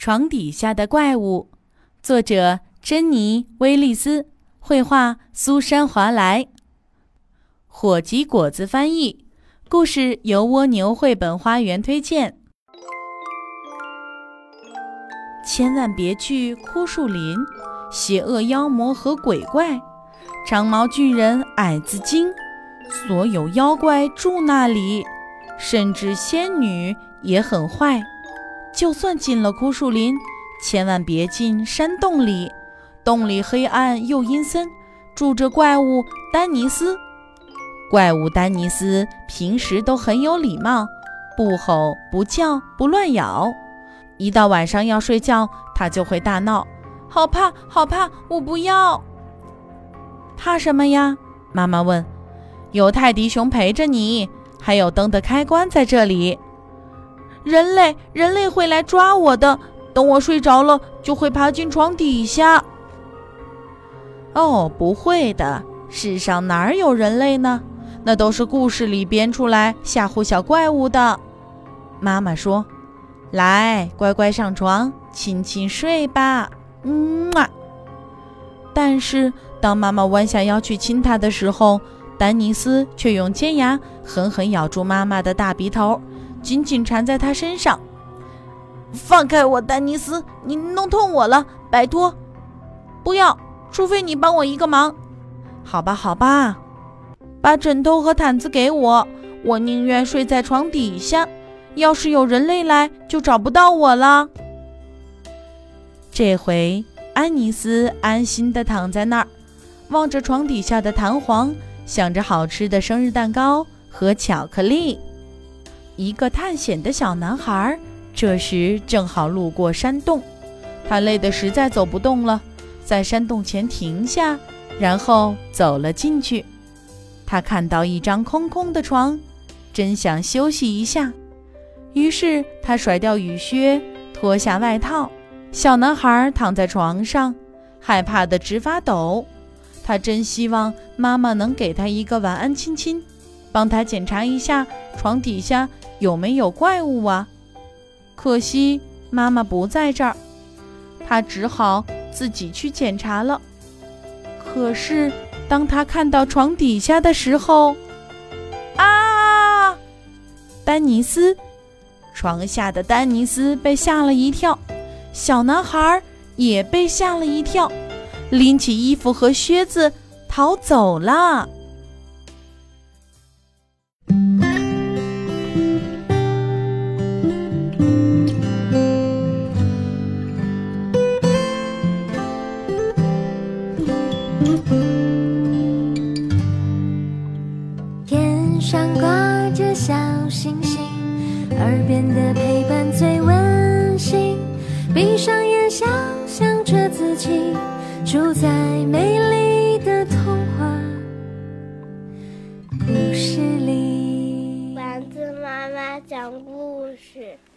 床底下的怪物，作者珍妮·威利斯，绘画苏珊·华莱，火棘果子翻译，故事由蜗牛绘本花园推荐。千万别去枯树林，邪恶妖魔和鬼怪，长毛巨人矮子精，所有妖怪住那里，甚至仙女也很坏。就算进了枯树林，千万别进山洞里，洞里黑暗又阴森，住着怪物丹尼斯。怪物丹尼斯平时都很有礼貌，不吼不叫不乱咬，一到晚上要睡觉，他就会大闹，好怕好怕，我不要。怕什么呀？妈妈问。有泰迪熊陪着你，还有灯的开关在这里。人类会来抓我的，等我睡着了就会爬进床底下。哦，不会的，世上哪有人类呢？那都是故事里编出来吓唬小怪物的。妈妈说，来，乖乖上床，亲亲睡吧。但是当妈妈弯下腰去亲她的时候，丹尼斯却用尖牙狠狠咬住妈妈的大鼻头，紧紧缠在她身上。放开我，丹尼斯，你弄痛我了，拜托。不要，除非你帮我一个忙。好吧好吧，把枕头和毯子给我，我宁愿睡在床底下，要是有人类来就找不到我了。这回安妮斯安心地躺在那儿，望着床底下的弹簧，想着好吃的生日蛋糕和巧克力。一个探险的小男孩这时正好路过山洞，他累得实在走不动了，在山洞前停下，然后走了进去。他看到一张空空的床，真想休息一下，于是他甩掉雨靴，脱下外套。小男孩躺在床上，害怕得直发抖。他真希望妈妈能给他一个晚安亲亲，帮他检查一下床底下有没有怪物啊。可惜妈妈不在这儿，他只好自己去检查了。可是当他看到床底下的时候，啊！丹尼斯！床下的丹尼斯被吓了一跳，小男孩也被吓了一跳，拎起衣服和靴子逃走了。 天上挂着小星星，耳边的陪伴最温馨，闭上眼想象着自己住在美丽的童话故事里。 丸子妈妈讲故事。